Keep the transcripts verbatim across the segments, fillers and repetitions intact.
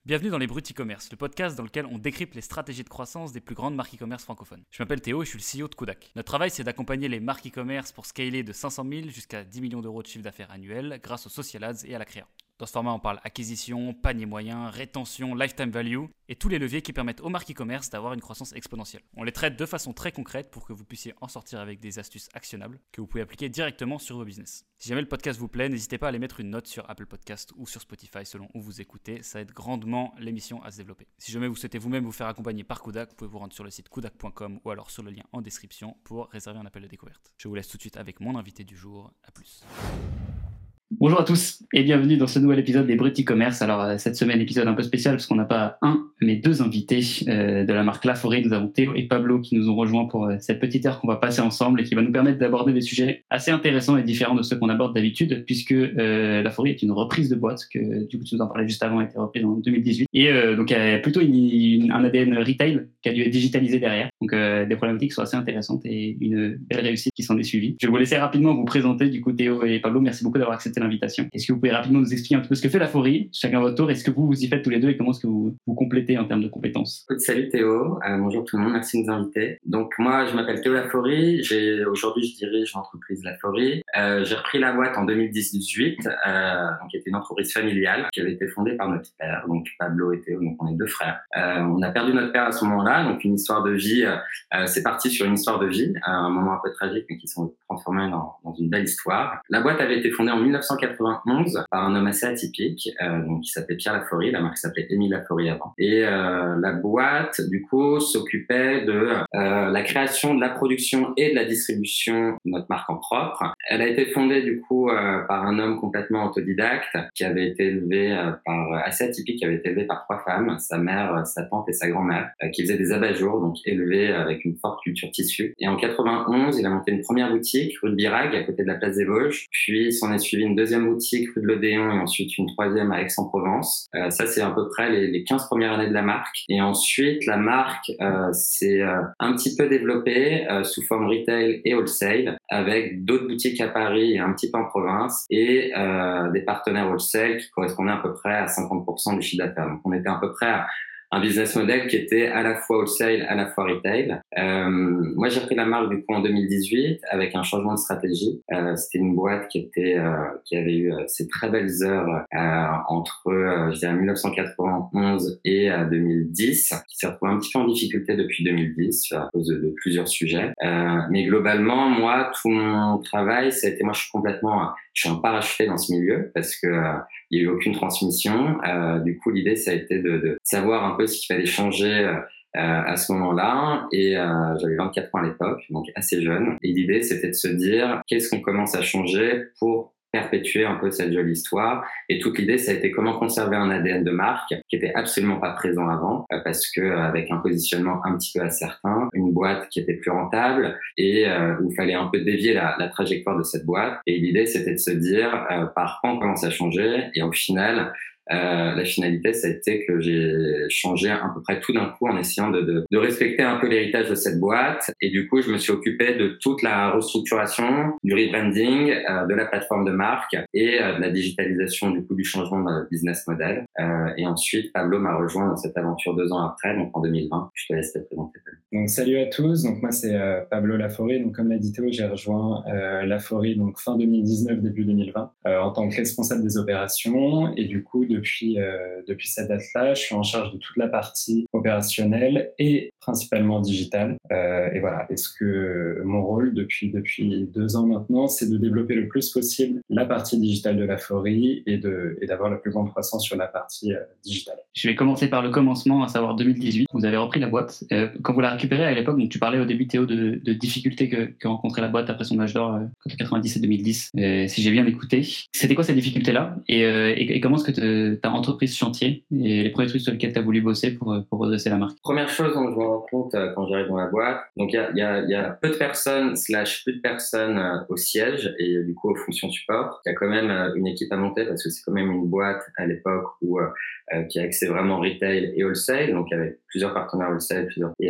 Bienvenue dans les Bruts e-commerce, le podcast dans lequel on décrypte les stratégies de croissance des plus grandes marques e-commerce francophones. Je m'appelle Théo et je suis le C E O de Kudak. Notre travail, c'est d'accompagner les marques e-commerce pour scaler de cinq cent mille jusqu'à dix millions d'euros de chiffre d'affaires annuel grâce aux social ads et à la créa. Dans ce format, on parle acquisition, panier moyen, rétention, lifetime value et tous les leviers qui permettent aux marques e-commerce d'avoir une croissance exponentielle. On les traite de façon très concrète pour que vous puissiez en sortir avec des astuces actionnables que vous pouvez appliquer directement sur vos business. Si jamais le podcast vous plaît, n'hésitez pas à aller mettre une note sur Apple Podcast ou sur Spotify selon où vous écoutez. Ça aide grandement l'émission à se développer. Si jamais vous souhaitez vous-même vous faire accompagner par Kudak, vous pouvez vous rendre sur le site kudak point com ou alors sur le lien en description pour réserver un appel de découverte. Je vous laisse tout de suite avec mon invité du jour. À plus. Bonjour à tous et bienvenue dans ce nouvel épisode des Bruts e-commerce. Alors euh, cette semaine, épisode un peu spécial parce qu'on n'a pas un, mais deux invités euh, de la marque Laforêt. Nous avons Théo et Pablo qui nous ont rejoints pour euh, cette petite heure qu'on va passer ensemble et qui va nous permettre d'aborder des sujets assez intéressants et différents de ceux qu'on aborde d'habitude, puisque euh, Laforêt est une reprise de boîte que du coup tu nous en parlais juste avant, a été reprise en deux mille dix-huit et euh, donc a plutôt une, une, un A D N retail qui a dû être digitalisé derrière. Donc euh, des problématiques sont assez intéressantes et une belle réussite qui s'en est suivie. Je vais vous laisser rapidement vous présenter du coup Théo et Pablo. Merci beaucoup d'avoir accepté l'invitation. Est-ce que vous pouvez rapidement nous expliquer un peu ce que fait Laforêt, chacun votre tour, et ce que vous, vous y faites tous les deux et comment est-ce que vous vous complétez en termes de compétences? Salut Théo, euh, bonjour tout le monde, merci de nous inviter. Donc moi je m'appelle Théo Laforêt, j'ai, aujourd'hui je dirige l'entreprise Laforêt. Euh, j'ai repris la boîte en deux mille dix-huit, euh, donc qui était une entreprise familiale qui avait été fondée par notre père, donc Pablo et Théo, donc on est deux frères. Euh, on a perdu notre père à ce moment-là, donc une histoire de vie, euh, c'est parti sur une histoire de vie, un moment un peu tragique mais qui s'est transformé dans, dans une belle histoire. La boîte avait été fondée en dix-neuf cent quatre-vingt-onze par un homme assez atypique, euh, donc qui s'appelait Pierre Laforêt, la marque s'appelait Émile Laforêt avant. Et euh, la boîte, du coup, s'occupait de euh, la création, de la production et de la distribution de notre marque en propre. Elle a été fondée, du coup, euh, par un homme complètement autodidacte qui avait été élevé euh, par, assez atypique, qui avait été élevé par trois femmes, sa mère, sa tante et sa grand-mère, euh, qui faisaient des abat-jours, donc élevés avec une forte culture tissu. Et en quatre-vingt-onze, il a monté une première boutique, rue de Birague, à côté de la place des Vosges. Puis, s'en est suivi une deuxième boutique, rue de l'Odéon, et ensuite une troisième à Aix-en-Provence. Euh, ça, c'est à peu près les, les quinze premières années de la marque. Et ensuite, la marque euh, s'est euh, un petit peu développée euh, sous forme retail et wholesale, avec d'autres boutiques à Paris et un petit peu en province, et euh, des partenaires wholesale qui correspondaient à peu près à cinquante pour cent du chiffre d'affaires. Donc, on était à peu près à un business model qui était à la fois wholesale, à la fois retail. Euh, moi, j'ai repris la marque du coup en deux mille dix-huit avec un changement de stratégie. Euh, c'était une boîte qui était, euh, qui avait eu euh, ses très belles heures euh, entre, euh, je dirais, dix-neuf cent quatre-vingt-onze et euh, deux mille dix, qui s'est retrouvée un petit peu en difficulté depuis deux mille dix à cause de, de plusieurs sujets. Euh, mais globalement, moi, tout mon travail, ça a été, moi, je suis complètement, je suis un parachuté dans ce milieu parce que euh, il n'y a eu aucune transmission. Euh, du coup, l'idée, ça a été de, de savoir un peu ce qu'il fallait changer euh, à ce moment-là. Et euh, j'avais vingt-quatre ans à l'époque, donc assez jeune. Et l'idée, c'était de se dire qu'est-ce qu'on commence à changer pour perpétuer un peu cette jolie histoire. Et toute l'idée, ça a été comment conserver un A D N de marque qui était absolument pas présent avant, parce que avec un positionnement un petit peu incertain, une boîte qui était plus rentable et euh, où il fallait un peu dévier la, la trajectoire de cette boîte. Et l'idée, c'était de se dire euh, par quoi on commence à changer. Et au final, Euh, la finalité, ça a été que j'ai changé à peu près tout d'un coup en essayant de, de, de respecter un peu l'héritage de cette boîte. Et du coup, je me suis occupé de toute la restructuration, du rebranding, euh, de la plateforme de marque et euh, de la digitalisation du coup du changement de business model. Euh, et ensuite, Pablo m'a rejoint dans cette aventure deux ans après, donc en deux mille vingt. Je te laisse te présenter. Donc salut à tous. Donc moi c'est euh, Pablo Laforêt. Donc comme l'a dit Théo, j'ai rejoint euh, Laforêt donc fin deux mille dix-neuf début deux mille vingt euh, en tant que responsable des opérations et du coup depuis euh, depuis cette date-là, je suis en charge de toute la partie opérationnelle et principalement digitale. Euh, et voilà. Et ce que mon rôle depuis depuis deux ans maintenant, c'est de développer le plus possible la partie digitale de Laforêt et de et d'avoir la plus grande croissance sur la partie euh, digitale. Je vais commencer par le commencement, à savoir deux mille dix-huit. Vous avez repris la boîte. Euh, quand vous la récupérez à l'époque, donc tu parlais au début Théo de, de difficultés que, que rencontrait la boîte après son âge d'or, euh, entre quatre-vingt-dix et deux mille dix. Euh, si j'ai bien écouté, c'était quoi ces difficultés-là et, euh, et, et comment est-ce que tu as entrepris ce chantier et les premiers trucs sur lesquels tu as voulu bosser pour, pour redresser la marque? Première chose dont je me rends compte euh, quand j'arrive dans la boîte, donc il y a, y, a, y a peu de personnes slash plus de personnes euh, au siège et du coup aux fonctions support. Il y a quand même euh, une équipe à monter parce que c'est quand même une boîte à l'époque où euh, euh, qui a accès vraiment retail et wholesale, donc avec plusieurs partenaires wholesale, plusieurs, et, et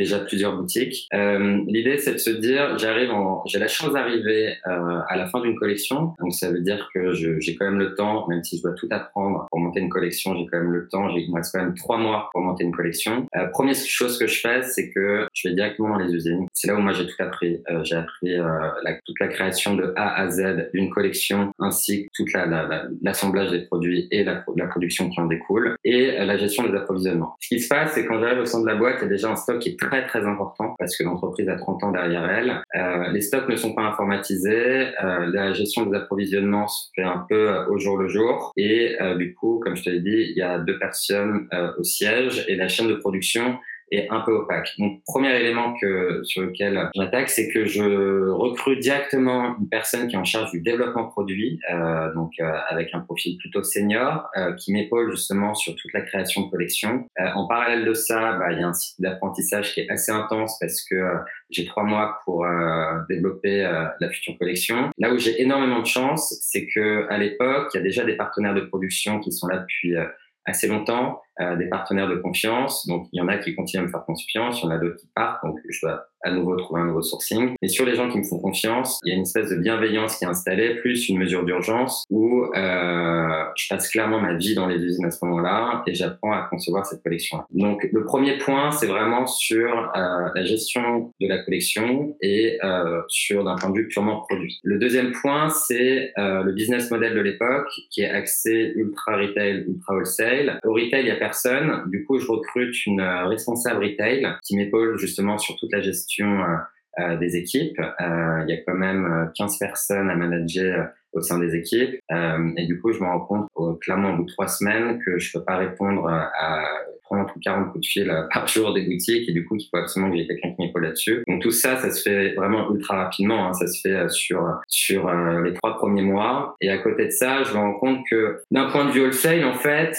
déjà plusieurs boutiques. Euh, l'idée, c'est de se dire, j'arrive en, j'ai la chance d'arriver euh, à la fin d'une collection. Donc, ça veut dire que je, j'ai quand même le temps, même si je dois tout apprendre pour monter une collection, j'ai quand même le temps. J'ai, il me reste quand même trois mois pour monter une collection. Euh, première chose que je fais, c'est que je vais directement dans les usines. C'est là où moi j'ai tout appris. Euh, j'ai appris euh, la, toute la création de A à Z d'une collection, ainsi que toute la, la, la, l'assemblage des produits et la, la production qui en découle, et euh, la gestion des approvisionnements. Ce qui se passe, c'est quand j'arrive au centre de la boîte, il y a déjà un stock qui est très très important parce que l'entreprise a trente ans derrière elle. Euh, les stocks ne sont pas informatisés, euh, la gestion des approvisionnements se fait un peu euh, au jour le jour, et euh, du coup, comme je te l'ai dit, il y a deux personnes euh, au siège et la chaîne de production est un peu opaque. Donc, premier élément que, sur lequel j'attaque, c'est que je recrute directement une personne qui est en charge du développement produit, euh, donc euh, avec un profil plutôt senior, euh, qui m'épaule justement sur toute la création de collection. Euh, en parallèle de ça, bah, il y a un cycle d'apprentissage qui est assez intense parce que euh, j'ai trois mois pour euh, développer euh, la future collection. Là où j'ai énormément de chance, c'est que à l'époque, il y a déjà des partenaires de production qui sont là depuis euh, assez longtemps, euh, des partenaires de confiance. Donc, il y en a qui continuent à me faire confiance, il y en a d'autres qui partent. Donc, je dois à nouveau trouver un nouveau sourcing. Et sur les gens qui me font confiance, il y a une espèce de bienveillance qui est installée, plus une mesure d'urgence où euh, je passe clairement ma vie dans les usines à ce moment-là et j'apprends à concevoir cette collection. Donc, le premier point, c'est vraiment sur euh, la gestion de la collection et euh, sur d'un point de vue purement produit. Le deuxième point, c'est euh, le business model de l'époque qui est axé ultra retail, ultra wholesale. Au retail, il y a personne. Du coup, je recrute une responsable retail qui m'épaule justement sur toute la gestion Euh, euh, des équipes. Euh, il y a quand même quinze personnes à manager euh, au sein des équipes. Euh, et du coup, je me rends compte euh, clairement au bout de trois semaines que je peux pas répondre à trente ou quarante coups de fil par jour des boutiques et du coup, il faut absolument que j'ai quelqu'un qui m'épaule là-dessus. Donc tout ça, ça se fait vraiment ultra rapidement. Hein. Ça se fait sur sur euh, les trois premiers mois. Et à côté de ça, je me rends compte que d'un point de vue wholesale, en fait,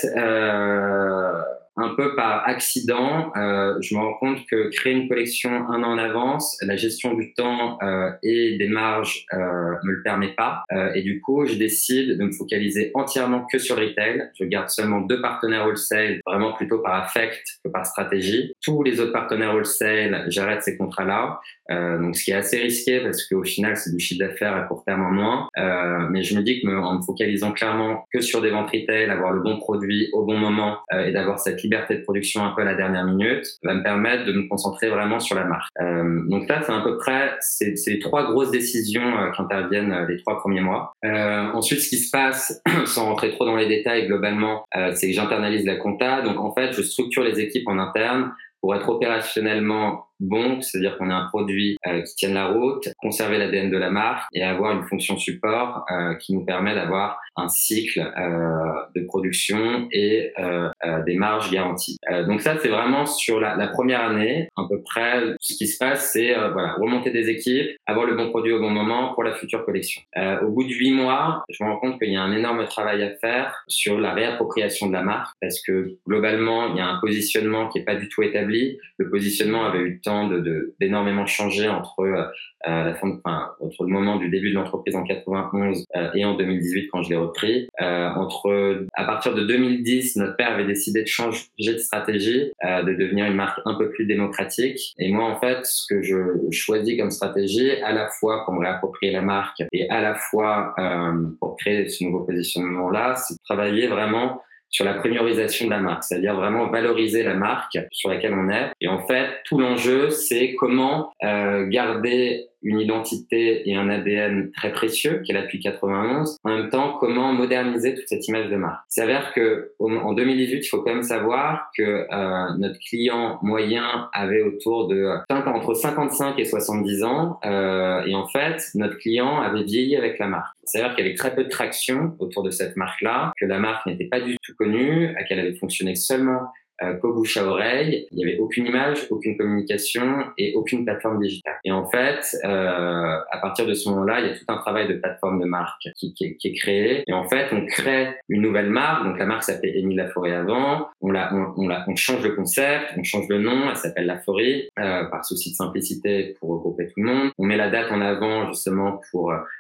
euh, un peu par accident, euh, je me rends compte que créer une collection un an en avance, la gestion du temps euh, et des marges euh, me le permet pas. Euh, et du coup, je décide de me focaliser entièrement que sur retail. Je garde seulement deux partenaires wholesale, vraiment plutôt par affect que par stratégie. Tous les autres partenaires wholesale, j'arrête ces contrats-là. Euh, donc, ce qui est assez risqué parce qu'au final, c'est du chiffre d'affaires à court terme en moins. Euh, mais je me dis que me, en me focalisant clairement que sur des ventes retail, avoir le bon produit au bon moment euh, et d'avoir cette liberté de production un peu à la dernière minute va me permettre de me concentrer vraiment sur la marque. Euh, donc là, c'est à peu près c'est, c'est trois grosses décisions euh, qui interviennent euh, les trois premiers mois. Euh, ensuite, ce qui se passe, sans rentrer trop dans les détails globalement, euh, c'est que j'internalise la compta. Donc en fait, je structure les équipes en interne pour être opérationnellement bon, c'est-à-dire qu'on a un produit euh, qui tienne la route, conserver l'A D N de la marque et avoir une fonction support euh, qui nous permet d'avoir un cycle euh, de production et euh, euh, des marges garanties. Euh, donc ça, c'est vraiment sur la, la première année, à peu près. Ce qui se passe, c'est euh, voilà, remonter des équipes, avoir le bon produit au bon moment pour la future collection. Euh, au bout de huit mois, je me rends compte qu'il y a un énorme travail à faire sur la réappropriation de la marque parce que globalement, il y a un positionnement qui est pas du tout établi. Le positionnement avait eu le temps De, de, d'énormément changer entre euh, la fin de, enfin, entre le moment du début de l'entreprise en quatre-vingt-onze euh, et en deux mille dix-huit quand je l'ai repris. Euh, entre, à partir de deux mille dix, notre père avait décidé de changer de stratégie, euh, de devenir une marque un peu plus démocratique. Et moi, en fait, ce que je choisis comme stratégie, à la fois pour me réapproprier la marque et à la fois euh, pour créer ce nouveau positionnement-là, c'est de travailler vraiment sur la premiorisation de la marque, c'est-à-dire vraiment valoriser la marque sur laquelle on est. Et en fait, tout l'enjeu, c'est comment euh, garder une identité et un A D N très précieux, qui est là depuis quatre-vingt-onze. En même temps, comment moderniser toute cette image de marque. Il s'avère que en deux mille dix-huit, il faut quand même savoir que euh, notre client moyen avait autour de entre cinquante-cinq et soixante-dix ans, euh, et en fait, notre client avait vieilli avec la marque. C'est-à-dire qu'il y avait très peu de traction autour de cette marque-là, que la marque n'était pas du tout connue, qu'elle avait fonctionné seulement Euh, qu'au bouche à oreille. Il n'y avait aucune image, aucune communication et aucune plateforme digitale. Et en fait, euh, à partir de ce moment-là, il y a tout un travail de plateforme de marque qui, qui, est, qui est créé. Et en fait, on crée une nouvelle marque. Donc la marque s'appelait Émile Laforêt avant. On, la, on, on, la, on change le concept, on change le nom. Elle s'appelle Laforêt euh, par souci de simplicité pour regrouper tout le monde. On met la date en avant justement pour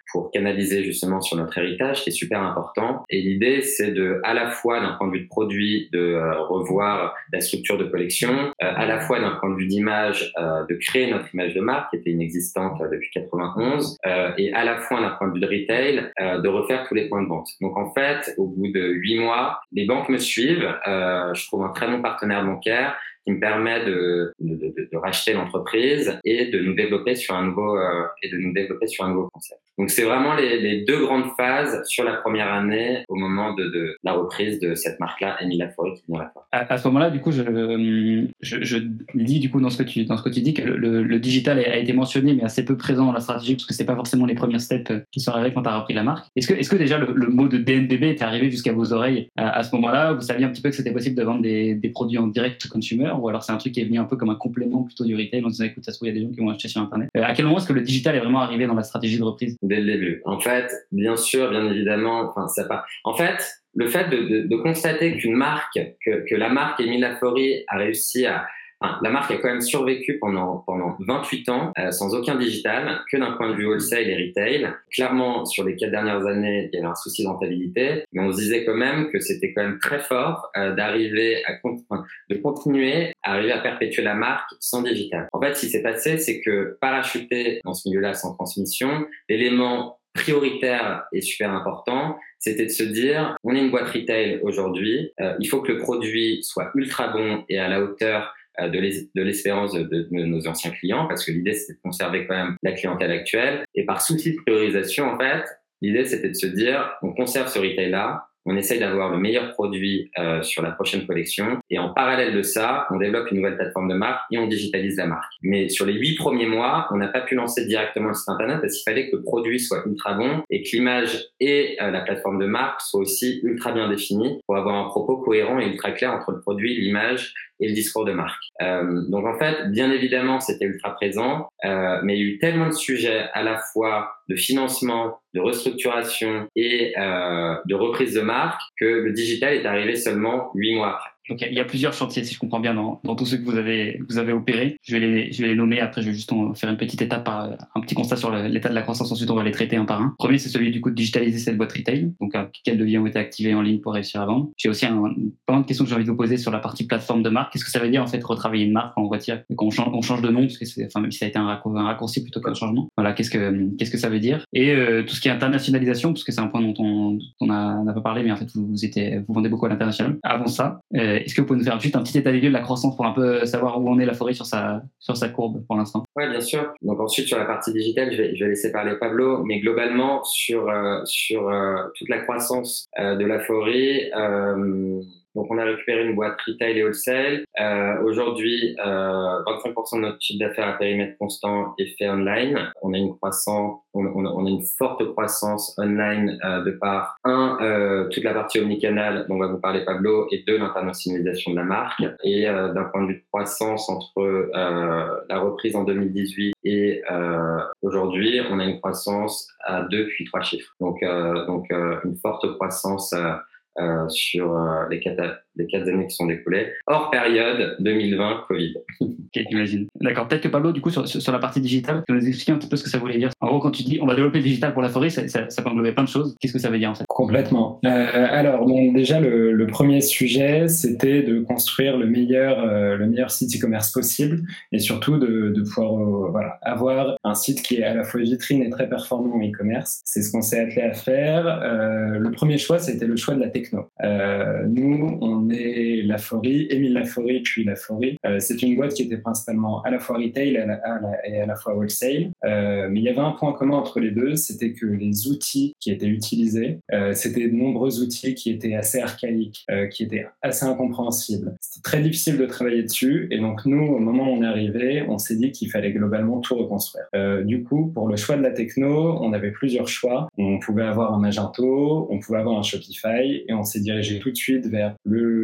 pour canaliser justement sur notre héritage qui est super important. Et l'idée, c'est de, à la fois d'un point de vue de produit, de euh, revoir la structure de collection, euh, à la fois d'un point de vue d'image, euh, de créer notre image de marque qui était inexistante euh, depuis quatre-vingt-onze, euh, et à la fois d'un point de vue de retail, euh, de refaire tous les points de vente. Donc en fait, au bout de huit mois, les banques me suivent. Euh, je trouve un très bon partenaire bancaire qui me permet de, de, de, de racheter l'entreprise et de nous développer sur un nouveau euh, et de nous développer sur un nouveau concept. Donc c'est vraiment les, les deux grandes phases sur la première année au moment de, de la reprise de cette marque-là, Émile Laforêt, qui vient à la fin. À, à ce moment-là, du coup, je, je, je lis du coup dans ce que tu dans ce que tu dis que le, le, le digital a été mentionné, mais assez peu présent dans la stratégie parce que c'est pas forcément les premières steps qui sont arrivés quand tu as repris la marque. Est-ce que est-ce que déjà le, le mot de D N V B était arrivé jusqu'à vos oreilles à, à ce moment-là? Vous saviez un petit peu que c'était possible de vendre des, des produits en direct to consumer, ou alors c'est un truc qui est venu un peu comme un complément plutôt du retail en disant écoute, ça se trouve il y a des gens qui vont acheter sur internet. Euh, à quel moment est-ce que le digital est vraiment arrivé dans la stratégie de reprise? Dès le début. En fait, bien sûr, bien évidemment, enfin ça pas. En fait, le fait de, de, de constater qu'une marque, que, que la marque Émile Laforêt a réussi à, enfin, la marque a quand même survécu pendant pendant vingt-huit ans euh, sans aucun digital, que d'un point de vue wholesale et retail. Clairement, sur les quatre dernières années, il y avait un souci de rentabilité, mais on se disait quand même que c'était quand même très fort euh, d'arriver à enfin, de continuer à arriver à perpétuer la marque sans digital. En fait, ce qui s'est passé, c'est que parachuter dans ce milieu-là sans transmission, l'élément prioritaire et super important, c'était de se dire, on est une boîte retail aujourd'hui, euh, il faut que le produit soit ultra bon et à la hauteur euh, de, l'es- de l'espérance de, de, de nos anciens clients, parce que l'idée c'était de conserver quand même la clientèle actuelle. Et par souci de priorisation, en fait, l'idée c'était de se dire, on conserve ce retail-là, on essaye d'avoir le meilleur produit euh, sur la prochaine collection, et en parallèle de ça, on développe une nouvelle plateforme de marque et on digitalise la marque. Mais sur les huit premiers mois, on n'a pas pu lancer directement le site internet parce qu'il fallait que le produit soit ultra bon et que l'image et euh, la plateforme de marque soient aussi ultra bien définies pour avoir un propos cohérent et ultra clair entre le produit, l'image et le discours de marque. Euh, donc en fait, bien évidemment, c'était ultra présent, euh, mais il y a eu tellement de sujets à la fois de financement, de restructuration et euh, de reprise de marque que le digital est arrivé seulement huit mois après. Donc il y a plusieurs chantiers, si je comprends bien, dans, dans tous ceux que vous avez que vous avez opérés. Je vais les je vais les nommer. Après, je vais juste en faire une petite étape par un petit constat sur le, l'état de la croissance. Ensuite, on va les traiter un par un. Premier, c'est celui du coup de digitaliser cette boîte retail. Donc, euh, quels leviers ont été activés en ligne pour réussir à vendre. J'ai aussi un, pas mal de questions que j'ai envie de vous poser sur la partie plateforme de marque. Qu'est-ce que ça veut dire en fait retravailler une marque quand on retire, quand on change, on change de nom, parce que c'est, enfin même si ça a été un, raccourci, un raccourci plutôt qu'un changement. Voilà, qu'est-ce que qu'est-ce que ça veut dire. Et euh, tout ce qui est internationalisation, parce que c'est un point dont on, dont on a, on a pas parlé, mais en fait vous, vous étiez vous vendez beaucoup à l'international. Avant ça, euh, est-ce que vous pouvez nous faire juste un petit état des lieux de la croissance pour un peu savoir où en est Laforêt sur sa sur sa courbe pour l'instant? Ouais, bien sûr. Donc ensuite sur la partie digitale, je vais je vais laisser parler Pablo, mais globalement sur euh, sur euh, toute la croissance euh, de Laforêt, euh, donc on a récupéré une boîte retail et wholesale. Euh, aujourd'hui, euh, vingt-cinq pour cent de notre chiffre d'affaires à périmètre constant est fait online. On a une croissance, on, on, on a une forte croissance online euh, de par un euh, toute la partie omnicanal dont va vous parler Pablo, et deux l'internationalisation de la marque. Et euh, d'un point de vue de croissance entre euh, la reprise en deux mille dix-huit et euh, aujourd'hui, on a une croissance à deux puis trois chiffres. Donc euh, donc euh, une forte croissance euh, Euh, sur euh, les quatre les quatre années qui sont découlées, hors période deux mille vingt Covid. Ok, j'imagine. D'accord. Peut-être que Pablo, du coup, sur, sur la partie digitale, tu peux nous expliquer un petit peu ce que ça voulait dire. En gros, quand tu dis on va développer le digital pour Laforêt, ça, ça, ça peut englober plein de choses. Qu'est-ce que ça veut dire en fait? Complètement. Euh, alors, bon, déjà, le, le premier sujet, c'était de construire le meilleur, euh, le meilleur site e-commerce possible, et surtout de, de pouvoir euh, voilà, avoir un site qui est à la fois vitrine et très performant en e-commerce. C'est ce qu'on s'est attelé à faire. Euh, le premier choix, c'était le choix de la techno. Euh, nous, on est Laforêt, Émile Laforêt, puis Laforêt. Euh, c'est une boîte qui était principalement à la fois retail à la, à la, et à la fois wholesale. Euh, mais il y avait un point commun entre les deux, c'était que les outils qui étaient utilisés, euh, c'était de nombreux outils qui étaient assez archaïques, euh, qui étaient assez incompréhensibles. C'était très difficile de travailler dessus. Et donc nous, au moment où on est arrivé, on s'est dit qu'il fallait globalement tout reconstruire. Euh, du coup, pour le choix de la techno, on avait plusieurs choix. On pouvait avoir un Magento, on pouvait avoir un Shopify, et on s'est dirigé tout de suite vers le, en fait,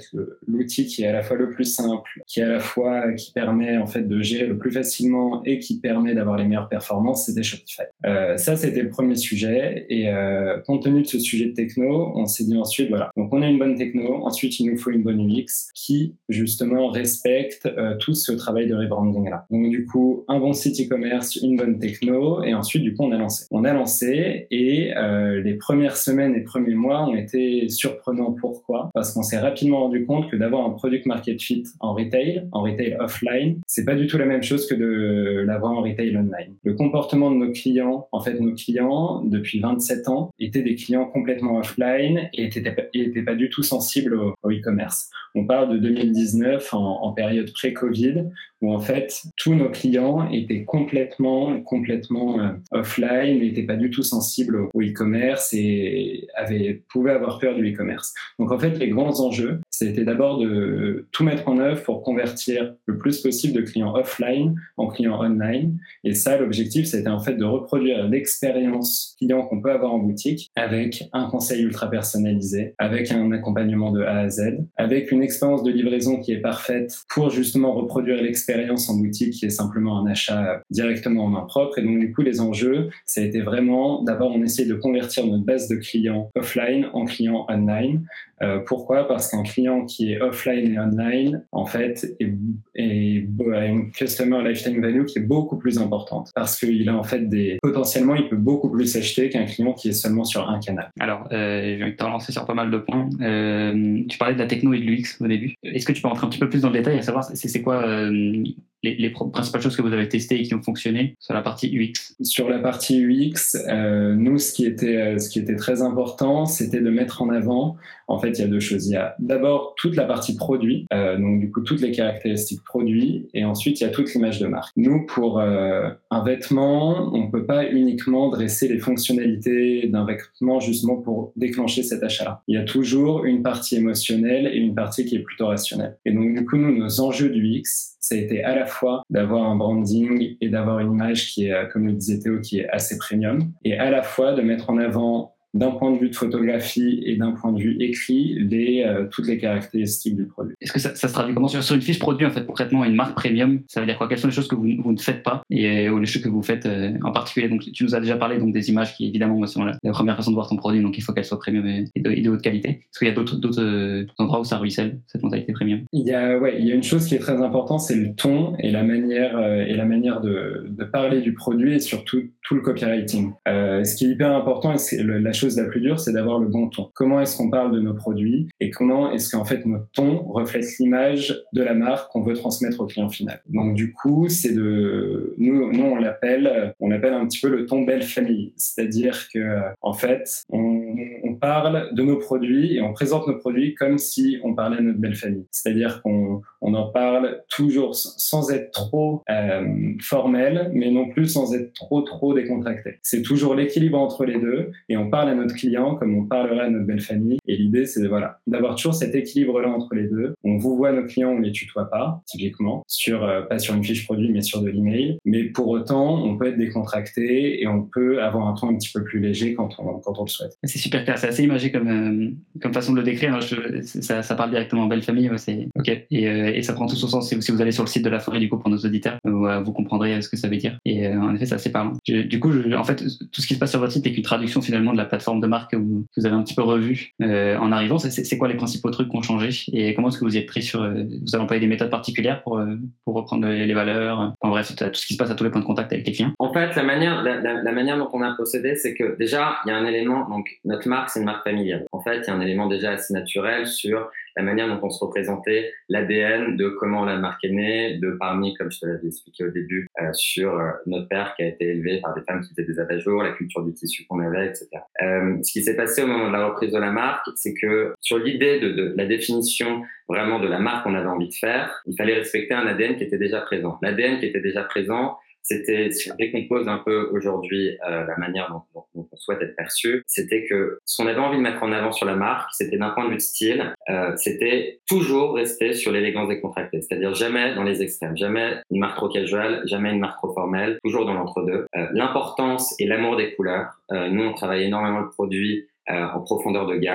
fait le, l'outil qui est à la fois le plus simple, qui est à la fois qui permet en fait de gérer le plus facilement et qui permet d'avoir les meilleures performances, c'était Shopify. Euh, ça, c'était le premier sujet. Et euh, compte tenu de ce sujet de techno, on s'est dit ensuite, voilà, donc on a une bonne techno, ensuite il nous faut une bonne U X qui justement respecte euh, tout ce travail de rebranding-là. Donc du coup, un bon site e-commerce, une bonne techno, et ensuite du coup, on a lancé. On a lancé et euh, les premières semaines et premiers mois ont été surprenants. Pourquoi ? Parce qu'on s'est rapidement rendu compte que d'avoir un product market fit en retail, en retail offline, c'est pas du tout la même chose que de l'avoir en retail online. Le comportement de nos clients, en fait, nos clients, depuis vingt-sept ans, étaient des clients complètement offline et étaient, et étaient pas du tout sensibles au, au e-commerce. On parle de deux mille dix-neuf, en, en période pré-Covid, où en fait, tous nos clients étaient complètement, complètement euh, offline, n'étaient pas du tout sensibles au, au e-commerce et avaient, pouvaient avoir peur du e-commerce. Donc en fait, les grands enjeux, c'était d'abord de tout mettre en œuvre pour convertir le plus possible de clients offline en clients online. Et ça, l'objectif, c'était en fait de reproduire l'expérience client qu'on peut avoir en boutique avec un conseil ultra personnalisé, avec un accompagnement de A à Z, avec une expérience de livraison qui est parfaite pour justement reproduire l'expérience en boutique qui est simplement un achat directement en main propre. Et donc, du coup, les enjeux, ça a été vraiment, d'abord, on essaie de convertir notre base de clients offline en clients online. Euh, pourquoi ? Parce qu'un client qui est offline et online, en fait, est, est, a une customer lifetime value qui est beaucoup plus importante. Parce qu'il a en fait des, potentiellement, il peut beaucoup plus acheter qu'un client qui est seulement sur un canal. Alors, euh, je vais te relancer sur pas mal de points. Euh, tu parlais de la techno et de l'U X au début. Est-ce que tu peux rentrer un petit peu plus dans le détail, à savoir c'est, c'est quoi euh, les, les principales choses que vous avez testées et qui ont fonctionné sur la partie U X ? Sur la partie U X, euh, nous, ce qui était, ce qui était très important, c'était de mettre en avant, en fait, il y a deux choses. Il y a d'abord toute la partie produit, euh, donc du coup toutes les caractéristiques produits, et ensuite il y a toute l'image de marque. Nous, pour euh, un vêtement, on peut pas uniquement dresser les fonctionnalités d'un vêtement justement pour déclencher cet achat-là. Il y a toujours une partie émotionnelle et une partie qui est plutôt rationnelle. Et donc du coup, nous, nos enjeux du U X, ça a été à la fois d'avoir un branding et d'avoir une image qui est, comme le disait Théo, qui est assez premium, et à la fois de mettre en avant d'un point de vue de photographie et d'un point de vue écrit, les, euh, toutes les caractéristiques du produit. Est-ce que ça, ça se traduit comment sur, sur une fiche produit, en fait, concrètement, une marque premium, ça veut dire quoi ? Quelles sont les choses que vous, vous ne faites pas et ou les choses que vous faites euh, en particulier ? Donc, tu nous as déjà parlé donc des images qui, évidemment, sont la, la première façon de voir ton produit, donc il faut qu'elles soient premium et, et, de, et de haute qualité. Est-ce qu'il y a d'autres, d'autres euh, endroits où ça ruisselle, cette mentalité premium ? Il y a, ouais, il y a une chose qui est très importante, c'est le ton et la manière euh, et la manière de, de parler du produit et surtout tout le copywriting. Euh, ce qui est hyper important et c'est le, la chose la plus dure, c'est d'avoir le bon ton. Comment est-ce qu'on parle de nos produits et comment est-ce qu'en fait notre ton reflète l'image de la marque qu'on veut transmettre au client final. Donc du coup, c'est de nous, nous on l'appelle, on l'appelle un petit peu le ton belle famille, c'est-à-dire que en fait, on, on parle de nos produits et on présente nos produits comme si on parlait à notre belle famille. C'est-à-dire qu'on on en parle toujours sans être trop euh, formel, mais non plus sans être trop trop décontracté. C'est toujours l'équilibre entre les deux et on parle à notre client comme on parlerait à notre belle famille. Et l'idée, c'est voilà, d'avoir toujours cet équilibre-là entre les deux. On vous voit nos clients, on les tutoie pas, typiquement, sur, euh, pas sur une fiche produit, mais sur de l'email. Mais pour autant, on peut être décontracté et on peut avoir un ton un petit peu plus léger quand on, quand on le souhaite. C'est super clair, c'est assez imagé comme, euh, comme façon de le décrire. Je, ça, ça parle directement belle famille, ouais, c'est ok. Et, euh, et ça prend tout son sens si vous, si vous allez sur le site de La Forêt, du coup, pour nos auditeurs, euh, vous comprendrez ce que ça veut dire. Et euh, en effet, c'est assez parlant. Je, du coup, je, en fait, tout ce qui se passe sur votre site est qu'une traduction finalement de la plateforme de marque que vous, que vous avez un petit peu revue euh, en arrivant. C'est, c'est quoi les principaux trucs qui ont changé et comment est-ce que vous y êtes pris sur... Euh, vous avez employé des méthodes particulières pour, euh, pour reprendre les, les valeurs, en bref, tout ce qui se passe à tous les points de contact avec les clients? En fait, la manière, la, la, la manière dont on a procédé, c'est que déjà, il y a un élément, donc notre marque, c'est une marque familiale. En fait, il y a un élément déjà assez naturel sur la manière dont on se représentait, l'A D N de comment la marque est née, de parmi, comme je te l'avais expliqué au début, euh, sur euh, notre père qui a été élevé par des femmes qui faisaient des abat-jours, la culture du tissu qu'on avait, et cetera. Euh, ce qui s'est passé au moment de la reprise de la marque, c'est que sur l'idée de, de la définition vraiment de la marque qu'on avait envie de faire, il fallait respecter un A D N qui était déjà présent. L'A D N qui était déjà présent, c'était, si on décompose un peu aujourd'hui euh, la manière dont, dont, dont on souhaite être perçu, c'était que ce qu'on avait envie de mettre en avant sur la marque, c'était d'un point de vue de style, euh, c'était toujours rester sur l'élégance décontractée, c'est-à-dire jamais dans les extrêmes, jamais une marque trop casual, jamais une marque trop formelle, toujours dans l'entre-deux. Euh, l'importance et l'amour des couleurs. Euh, nous, on travaille énormément le produit euh, en profondeur de gamme.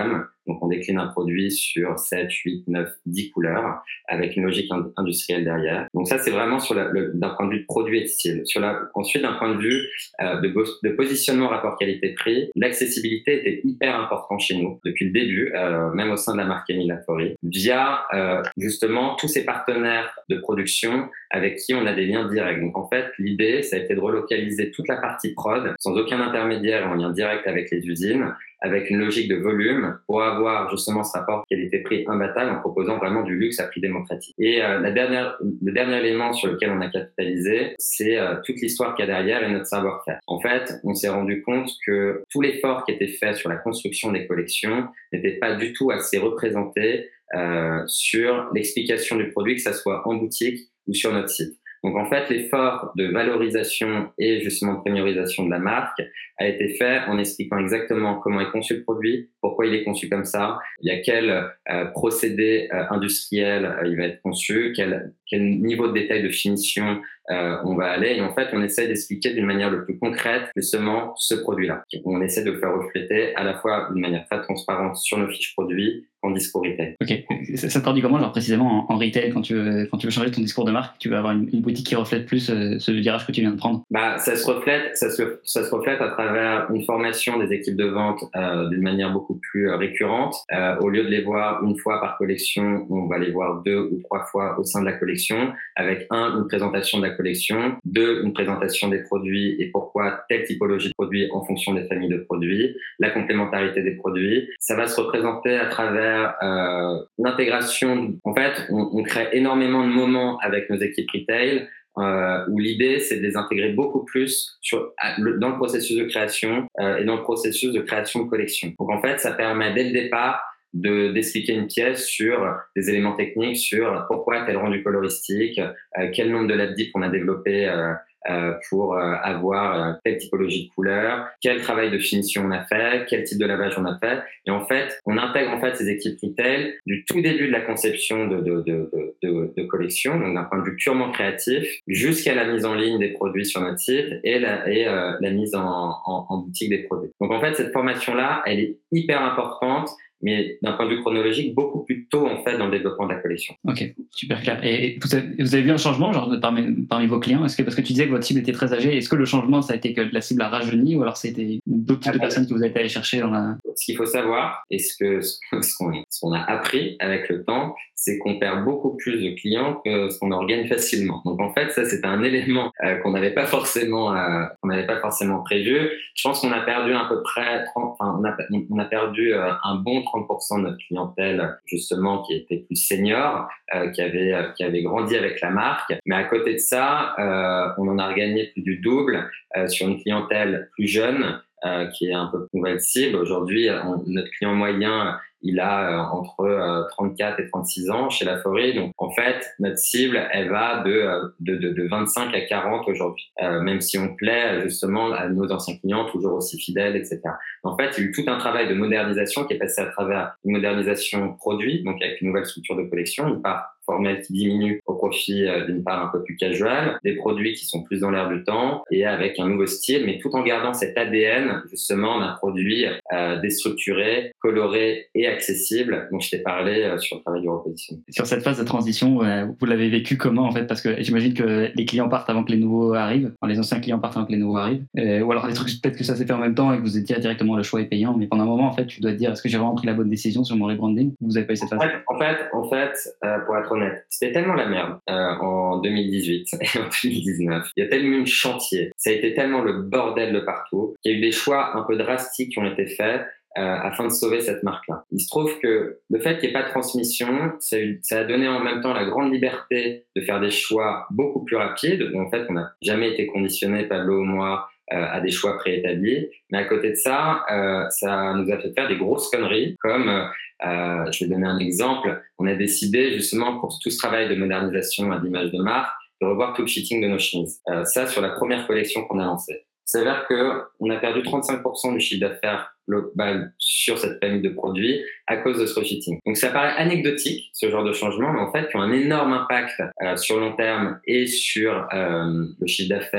Donc, on décline un produit sur sept, huit, neuf, dix couleurs avec une logique industrielle derrière. Donc, ça, c'est vraiment sur la, le, d'un point de vue de produit et de style. Sur la, ensuite, d'un point de vue euh, de, de positionnement rapport qualité-prix, l'accessibilité était hyper important chez nous depuis le début, euh, même au sein de la marque Émile Laforrie, via euh, justement tous ces partenaires de production avec qui on a des liens directs. Donc, en fait, l'idée, ça a été de relocaliser toute la partie prod sans aucun intermédiaire et en lien direct avec les usines, avec une logique de volume pour avoir justement ce rapport qualité-prix imbattable en proposant vraiment du luxe à prix démocratique. Et euh, la dernière, le dernier élément sur lequel on a capitalisé, c'est euh, toute l'histoire qu'il y a derrière et notre savoir-faire. En fait, on s'est rendu compte que tout l'effort qui était fait sur la construction des collections n'était pas du tout assez représenté euh, sur l'explication du produit, que ça soit en boutique ou sur notre site. Donc, en fait, l'effort de valorisation et justement de premierisation de la marque a été fait en expliquant exactement comment est conçu le produit, pourquoi il est conçu comme ça, il y a quel euh, procédé euh, industriel euh, il va être conçu, quel, quel niveau de détail de finition euh, on va aller. Et en fait, on essaie d'expliquer d'une manière le plus concrète justement ce produit-là. On essaie de le faire refléter à la fois d'une manière très transparente sur nos fiches produits en discours retail. Ok, ça, ça te traduit comment, genre précisément en, en retail, quand tu veux, quand tu veux changer ton discours de marque, tu veux avoir une, une boutique qui reflète plus euh, ce virage que tu viens de prendre? Bah, ça se reflète, ça se, ça se reflète à travers une formation des équipes de vente euh, d'une manière beaucoup plus euh, récurrente. Euh, au lieu de les voir une fois par collection, on va les voir deux ou trois fois au sein de la collection, avec un, une présentation de la collection, deux, une présentation des produits et pourquoi telle typologie de produits en fonction des familles de produits, la complémentarité des produits. Ça va se représenter à travers euh, l'intégration. En fait, on, on crée énormément de moments avec nos équipes retail euh, où l'idée, c'est de les intégrer beaucoup plus sur, dans le processus de création euh, et dans le processus de création de collection. Donc, en fait, ça permet dès le départ de d'expliquer une pièce sur des éléments techniques, sur pourquoi tel rendu coloristique, euh, quel nombre de L A B D I P on a développé euh, euh, pour euh, avoir euh, telle typologie de couleur, quel travail de finition on a fait, quel type de lavage on a fait. Et en fait, on intègre en fait ces équipes retail du tout début de la conception de, de, de, de, de, de collection, donc d'un point de vue purement créatif, jusqu'à la mise en ligne des produits sur notre site et la, et, euh, la mise en, en, en boutique des produits. Donc en fait, cette formation-là, elle est hyper importante, mais d'un point de vue chronologique, beaucoup plus tôt en fait dans le développement de la collection. Ok, super clair. Et vous avez, vous avez vu un changement genre parmi, parmi vos clients? Est-ce que parce que tu disais que votre cible était très âgée, est-ce que le changement ça a été que la cible a rajeuni ou alors c'était d'autres types de personnes que vous avez été allé chercher dans la... Ce qu'il faut savoir et ce que ce qu'on, ce qu'on a appris avec le temps, c'est qu'on perd beaucoup plus de clients que ce qu'on en gagne facilement. Donc en fait, ça c'est un élément euh, qu'on n'avait pas forcément euh, qu'on n'avait pas forcément prévu. Je pense qu'on a perdu à peu près trente, enfin on a on a perdu euh, un bon trente pour cent de notre clientèle justement qui était plus senior, euh, qui avait euh, qui avait grandi avec la marque. Mais à côté de ça, euh, on en a regagné plus du double euh, sur une clientèle plus jeune. Euh, qui est un peu plus nouvelle cible. Aujourd'hui, on, notre client moyen, il a euh, entre euh, trente-quatre et trente-six ans chez Laforrie. Donc, en fait, notre cible, elle va de, de, de, de vingt-cinq à quarante aujourd'hui. Euh, même si on plaît justement à nos anciens clients, toujours aussi fidèles, et cetera. En fait, il y a eu tout un travail de modernisation qui est passé à travers une modernisation produit, donc avec une nouvelle structure de collection, une part formelle qui diminue au profit euh, d'une part un peu plus casual, des produits qui sont plus dans l'air du temps et avec un nouveau style, mais tout en gardant cet A D N justement d'un produit euh, déstructuré, coloré et accessible dont je t'ai parlé euh, sur le travail du repositionnement. Sur cette phase de transition, euh, vous l'avez vécu comment en fait? Parce que j'imagine que les clients partent avant que les nouveaux arrivent, enfin, les anciens clients partent avant que les nouveaux arrivent, euh, ou alors des trucs peut-être que ça s'est fait en même temps et que vous étiez directement le choix est payant, mais pendant un moment en fait tu dois te dire est-ce que j'ai vraiment pris la bonne décision sur mon rebranding? Vous avez pas eu cette phase? En fait, en fait, en fait euh, pour être honnête, c'était tellement la merde euh, en deux mille dix-huit et en deux mille dix-neuf. Il y a tellement eu de chantier, ça a été tellement le bordel de partout qu'il y a eu des choix un peu drastiques qui ont été faits euh, afin de sauver cette marque-là. Il se trouve que le fait qu'il n'y ait pas de transmission, ça a, eu, ça a donné en même temps la grande liberté de faire des choix beaucoup plus rapides. Donc, en fait, on n'a jamais été conditionné, Pablo ou moi, Euh, à des choix préétablis, mais à côté de ça, euh, ça nous a fait faire des grosses conneries, comme, euh, je vais donner un exemple, on a décidé justement pour tout ce travail de modernisation à l'image de marque, de revoir tout le fitting de nos chemises. Euh, ça, sur la première collection qu'on a lancée. Il s'avère qu'on a perdu trente-cinq pour cent du chiffre d'affaires global sur cette famille de produits à cause de ce refitting. Donc ça paraît anecdotique, ce genre de changement, mais en fait, qui ont un énorme impact euh, sur long terme et sur euh, le chiffre d'affaires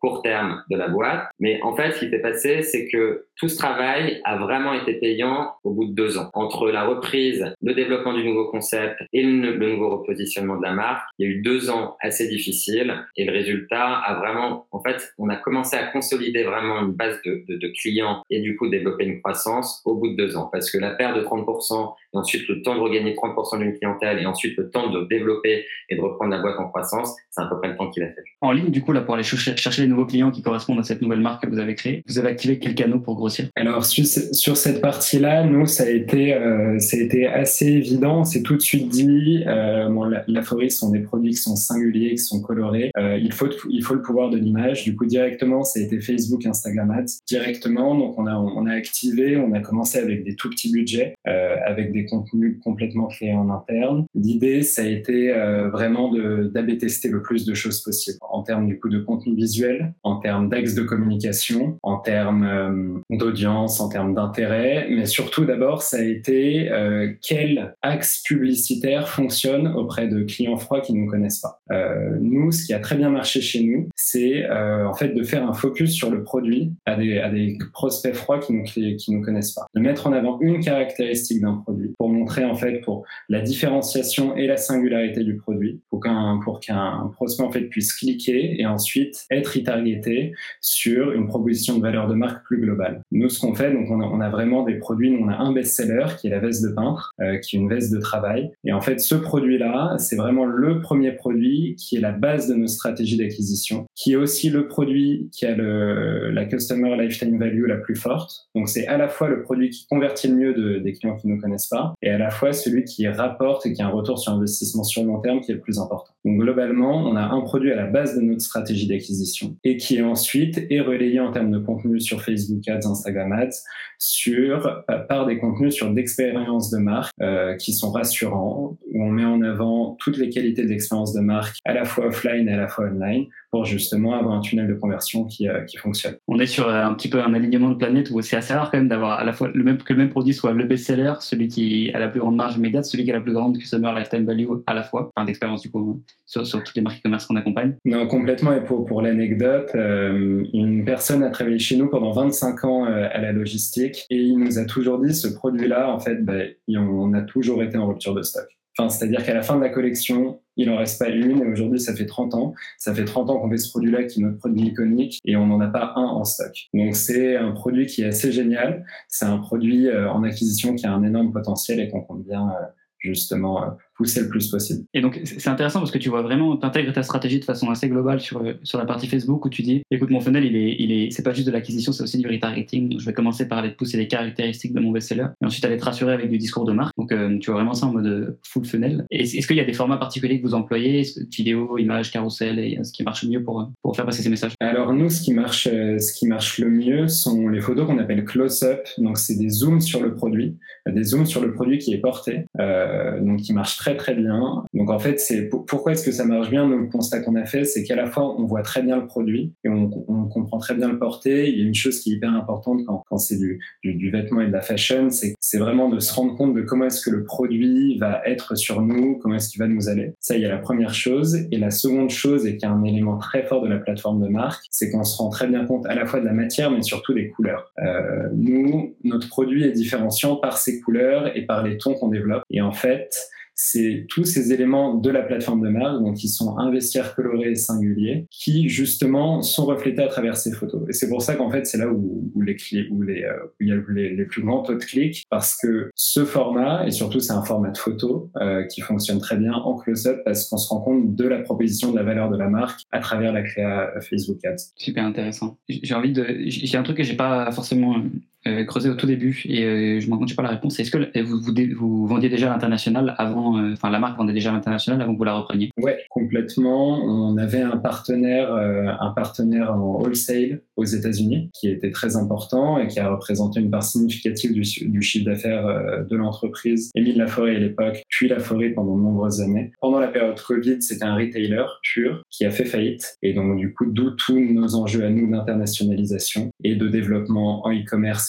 court terme de la boîte. Mais en fait, ce qui s'est passé, c'est que tout ce travail a vraiment été payant au bout de deux ans. Entre la reprise, le développement du nouveau concept et le, le nouveau repositionnement de la marque, il y a eu deux ans assez difficiles et le résultat a vraiment, en fait, on a commencé à consolider vraiment une base de, de, de clients et du coup développer une croissance au bout de deux ans. Parce que la perte de trente pour cent et ensuite le temps de regagner trente pour cent d'une clientèle et ensuite le temps de développer et de reprendre la boîte en croissance, c'est à peu près le temps qu'il a fait. En ligne, du coup, là, pour aller chercher, chercher les nouveaux clients qui correspondent à cette nouvelle marque que vous avez créée, vous avez activé quels canaux pour grossir? Alors, sur, sur cette partie-là, nous, ça a été, euh, ça a été assez évident. On s'est tout de suite dit, euh, bon, la, Laforie sont des produits qui sont singuliers, qui sont colorés. Euh, il faut, il faut le pouvoir de l'image. Du coup, directement, ça a été Facebook, Instagram Ads. Directement, donc, on a, on a activé, on a commencé avec des tout petits budgets, euh, avec des contenus complètement créés en interne. L'idée, ça a été euh, vraiment de, d'A B tester le plus de choses possibles en termes du coup de contenu visuel, en termes d'axes de communication, en termes euh, d'audience, en termes d'intérêt, mais surtout d'abord, ça a été euh, quel axe publicitaire fonctionne auprès de clients froids qui ne nous connaissent pas. Euh, nous, ce qui a très bien marché chez nous, c'est euh, en fait de faire un focus sur le produit à des, à des prospects froids qui nous, qui nous connaissent pas. De mettre en avant une caractéristique d'un produit pour montrer en fait pour la différenciation et la singularité du produit, pour qu'un, pour qu'un prospect en fait puisse cliquer et ensuite être retargeté sur une proposition de valeur de marque plus globale. Nous, ce qu'on fait, donc on a, on a vraiment des produits, nous, on a un best-seller qui est la veste de peintre, euh, qui est une veste de travail. Et en fait, ce produit-là, c'est vraiment le premier produit qui est la base de nos stratégies d'acquisition, qui est aussi le produit qui a le, la customer lifetime value la plus forte. Donc, c'est à la fois le produit qui convertit le mieux de, des clients qui ne nous connaissent pas et à la fois celui qui rapporte et qui a un retour sur investissement sur le long terme qui est le plus important. Donc, globalement, on a un produit à la base de notre stratégie d'acquisition et qui est ensuite est relayé en termes de contenu sur Facebook Ads, Instagram Ads, sur, par des contenus sur d'expériences de marque euh, qui sont rassurants, où on met en avant toutes les qualités de l'expérience de marque à la fois offline et à la fois online pour justement avoir un tunnel de conversion qui, euh, qui fonctionne. On est sur un petit peu un alignement de planète où c'est assez rare quand même d'avoir à la fois le même, que le même produit soit le best-seller, celui qui a la plus grande marge immédiate, celui qui a la plus grande customer lifetime value à la fois, enfin d'expérience du coup sur, sur toutes les marques e-commerce qu'on accompagne. Non, complètement. Et pour, pour l'anecdote, euh, une personne a travaillé chez nous pendant vingt-cinq ans euh, à la logistique et il nous a toujours dit ce produit-là, en fait, bah, on a toujours été en rupture de stock. Enfin, c'est-à-dire qu'à la fin de la collection, il en reste pas une et aujourd'hui, ça fait trente ans. Ça fait trente ans qu'on fait ce produit-là qui est notre produit iconique et on n'en a pas un en stock. Donc, c'est un produit qui est assez génial. C'est un produit euh, en acquisition qui a un énorme potentiel et qu'on compte bien euh, justement euh, pousser le plus possible. Et donc, c'est intéressant parce que tu vois vraiment, t'intègres ta stratégie de façon assez globale sur, sur la partie Facebook où tu dis, écoute, mon funnel, il est, il est, c'est pas juste de l'acquisition, c'est aussi du retargeting. Donc, je vais commencer par aller te pousser les caractéristiques de mon best-seller et ensuite aller te rassurer avec du discours de marque. Donc, euh, tu vois vraiment ça en mode full funnel. Et est-ce qu'il y a des formats particuliers que vous employez, vidéo, images, carousel, et ce qui marche mieux pour, pour faire passer ces messages? Alors, nous, ce qui marche, ce qui marche le mieux sont les photos qu'on appelle close-up. Donc, c'est des zooms sur le produit, des zooms sur le produit qui est porté, euh, donc qui marche très, très bien. Donc en fait, c'est pourquoi est-ce que ça marche bien? Nous, le constat qu'on a fait, c'est qu'à la fois on voit très bien le produit et on, on comprend très bien le porter. Il y a une chose qui est hyper importante quand, quand c'est du, du, du vêtement et de la fashion, c'est c'est vraiment de se rendre compte de comment est-ce que le produit va être sur nous, comment est-ce qu'il va nous aller. Ça, il y a la première chose. Et la seconde chose, et qui est un élément très fort de la plateforme de marque, c'est qu'on se rend très bien compte à la fois de la matière, mais surtout des couleurs. Euh, nous, notre produit est différenciant par ses couleurs et par les tons qu'on développe. Et en fait, c'est tous ces éléments de la plateforme de marque, donc qui sont un vestiaire coloré et singulier, qui justement sont reflétés à travers ces photos. Et c'est pour ça qu'en fait, c'est là où, où, les, où, les, où il y a les, les plus grands taux de clics, parce que ce format, et surtout c'est un format de photo euh, qui fonctionne très bien en close-up, parce qu'on se rend compte de la proposition de la valeur de la marque à travers la créa Facebook Ads. Super intéressant. J'ai envie de, j'ai un truc que j'ai pas forcément euh, creusé au tout début et euh, je m'en compte pas la réponse. Est-ce que vous, vous, vous vendiez déjà à l'international avant, enfin euh, la marque vendait déjà à l'international avant que vous la repreniez? Ouais, complètement. On avait un partenaire, euh, un partenaire en wholesale aux États-Unis qui était très important et qui a représenté une part significative du, du chiffre d'affaires euh, de l'entreprise. Émile Laforie à l'époque, puis Laforie pendant de nombreuses années. Pendant la période Covid, c'était un retailer pur qui a fait faillite et donc du coup d'où tous nos enjeux à nous d'internationalisation et de développement en e-commerce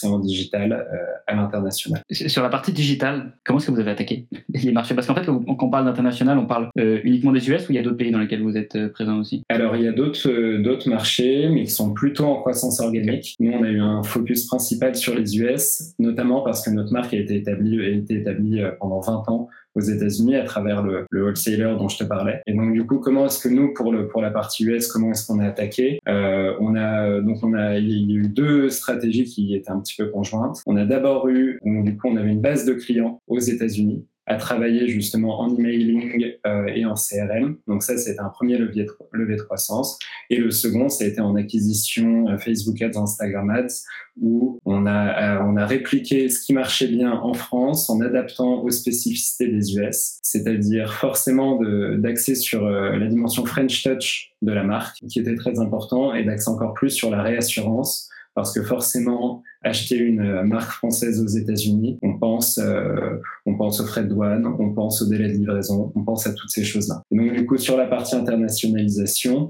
e-commerce et en digital euh, à l'international. Sur la partie digitale, comment est-ce que vous avez attaqué les marchés? Parce qu'en fait, quand on parle d'international, on parle euh, uniquement des U S ou il y a d'autres pays dans lesquels vous êtes euh, présent aussi? Alors, il y a d'autres, euh, d'autres marchés, mais qui sont plutôt en croissance organique. Nous, on a eu un focus principal sur les U S, notamment parce que notre marque a été établie, a été établie pendant vingt ans aux États-Unis à travers le, le wholesaler dont je te parlais. Et donc du coup, comment est-ce que nous, pour le pour la partie U S, comment est-ce qu'on a attaqué? euh, On a donc on a il y a eu deux stratégies qui étaient un petit peu conjointes. On a d'abord eu donc, du coup on avait une base de clients aux États-Unis à travailler justement en emailing euh, et en C R M. Donc ça, c'était un premier levier de, levier de croissance. Et le second, ça a été en acquisition euh, Facebook Ads, Instagram Ads, où on a, euh, on a répliqué ce qui marchait bien en France en adaptant aux spécificités des U S, c'est-à-dire forcément de, d'axer sur euh, la dimension French Touch de la marque, qui était très important, et d'axer encore plus sur la réassurance, parce que forcément, acheter une marque française aux États-Unis, on pense, euh, on pense aux frais de douane, on pense aux délais de livraison, on pense à toutes ces choses-là. Et donc, du coup, sur la partie internationalisation,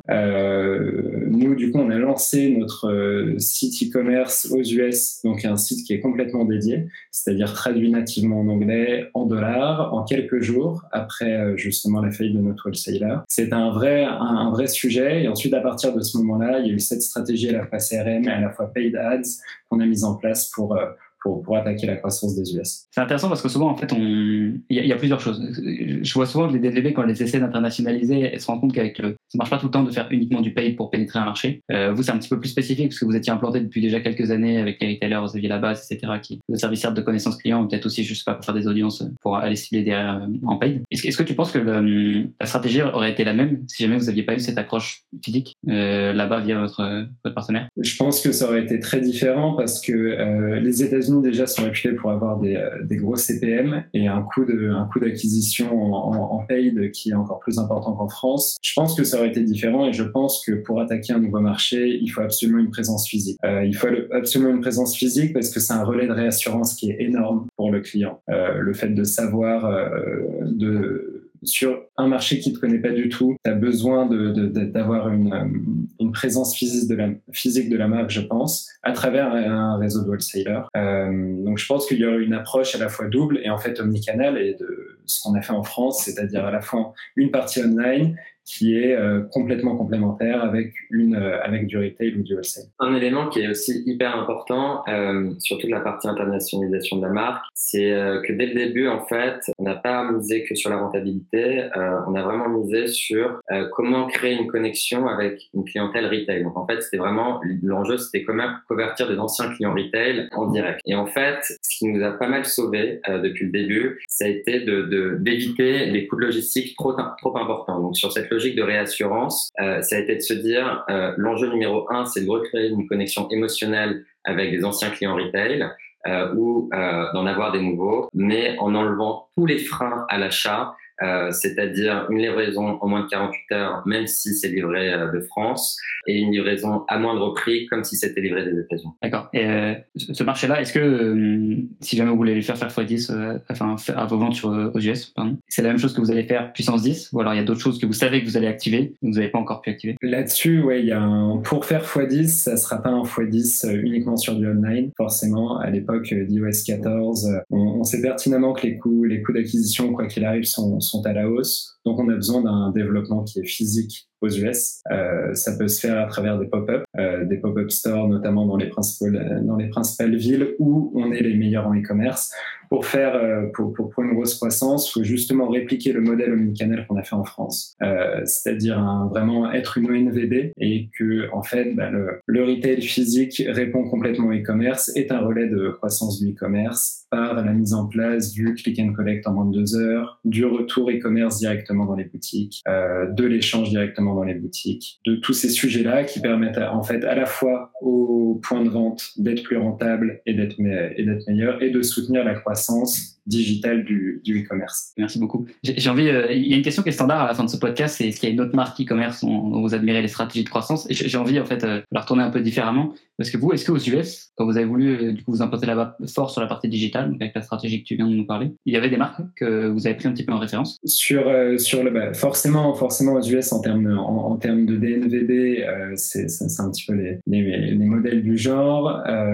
euh, nous, du coup, on a lancé notre euh, site e-commerce aux U S, donc un site qui est complètement dédié, c'est-à-dire traduit nativement en anglais, en dollars, en quelques jours, après euh, justement la faillite de notre wholesaler. C'est un vrai, un, un vrai sujet. Et ensuite, à partir de ce moment-là, il y a eu cette stratégie à la fois C R M et à la fois paid ads qu'on a mise en place pour, pour, pour attaquer la croissance des U S. C'est intéressant parce que souvent, en fait, on... il, y a, il y a plusieurs choses. Je vois souvent que les D L V, quand elles essaient d'internationaliser, elles se rendent compte qu'avec le... ça marche pas tout le temps de faire uniquement du paid pour pénétrer un marché. Euh, vous, c'est un petit peu plus spécifique parce que vous étiez implanté depuis déjà quelques années avec les retailers, vous aviez la base, et cetera, qui le service certes de connaissance client, peut-être aussi, je sais pas, pour faire des audiences, pour aller cibler derrière euh, en paid. Est-ce que, est-ce que tu penses que le, la stratégie aurait été la même si jamais vous aviez pas eu cette accroche physique euh, là-bas via votre, votre partenaire? Je pense que ça aurait été très différent parce que euh, les États-Unis déjà sont réputés pour avoir des, des gros C P M et un coût de, un coût d'acquisition en, en, en paid qui est encore plus important qu'en France. Je pense que ça aurait été différent et je pense que pour attaquer un nouveau marché, il faut absolument une présence physique. Euh, il faut absolument une présence physique parce que c'est un relais de réassurance qui est énorme pour le client. Euh, le fait de savoir euh, de sur un marché qui ne te connaît pas du tout, tu as besoin de, de, de, d'avoir une, une présence physique de, la, physique de la marque, je pense, à travers un réseau de wholesalers. Euh, donc je pense qu'il y aurait une approche à la fois double et en fait omnicanal et de ce qu'on a fait en France, c'est-à-dire à la fois une partie online qui est euh, complètement complémentaire avec une euh, avec du retail ou du wholesale. Un élément qui est aussi hyper important, euh, surtout de la partie internationalisation de la marque, c'est euh, que dès le début, en fait, on n'a pas misé que sur la rentabilité, euh, on a vraiment misé sur euh, comment créer une connexion avec une clientèle retail. Donc en fait, c'était vraiment l'enjeu, c'était comment convertir des anciens clients retail en direct. Et en fait, ce qui nous a pas mal sauvé euh, depuis le début, ça a été de, de d'éviter les coûts de logistique trop trop importants. Donc sur cette logique de réassurance, euh, ça a été de se dire euh, l'enjeu numéro un, c'est de recréer une connexion émotionnelle avec des anciens clients retail euh, ou euh, d'en avoir des nouveaux, mais en enlevant tous les freins à l'achat, euh, c'est-à-dire une livraison en moins de quarante-huit heures, même si c'est livré euh, de France, et une livraison à moindre prix, comme si c'était livré des États-Unis. D'accord. Et euh, ce marché-là, est-ce que euh, si jamais vous voulez le faire faire fois dix, euh, enfin faire à vos ventes sur, euh, aux U S, pardon, c'est la même chose que vous allez faire puissance dix, ou alors il y a d'autres choses que vous savez que vous allez activer, que vous n'avez pas encore pu activer? Là-dessus, ouais, il y a un pour faire fois dix, ça sera pas un fois dix uniquement sur du online, forcément. À l'époque d'iO S quatorze, on, on sait pertinemment que les coûts, les coûts d'acquisition, quoi qu'il arrive, sont, sont à la hausse. Donc, on a besoin d'un développement qui est physique aux U S. Euh, ça peut se faire à travers des pop-up, euh, des pop-up stores, notamment dans les principales, dans les principales villes où on est les meilleurs en e-commerce. Pour faire, euh, pour, pour, pour une grosse croissance, il faut justement répliquer le modèle omnicanal qu'on a fait en France. Euh, c'est-à-dire un, vraiment être une O N V B et que, en fait, bah, le, le retail physique répond complètement au e-commerce, est un relais de croissance du e-commerce par la mise en place du click and collect en moins de deux heures, du retour e-commerce directement dans les boutiques, euh, de l'échange directement dans les boutiques, de tous ces sujets-là qui permettent à, en fait à la fois au point de vente d'être plus rentable et d'être, me- et d'être meilleur et de soutenir la croissance digitale du, du e-commerce. Merci beaucoup. J'ai, j'ai envie, euh, il y a une question qui est standard à la fin de ce podcast, c'est est-ce qu'il y a une autre marque e-commerce dont, dont vous admirez les stratégies de croissance? Et j'ai, j'ai envie en fait euh, de la retourner un peu différemment, parce que vous, est-ce que aux U S, quand vous avez voulu euh, du coup vous implanter là-bas fort sur la partie digitale, donc avec la stratégie que tu viens de nous parler, il y avait des marques que vous avez pris un petit peu en référence? Sur euh, sur le bah, forcément forcément aux U S en termes en, en termes de D N V B, euh, c'est, c'est c'est un petit peu les les, les modèles du genre. Euh,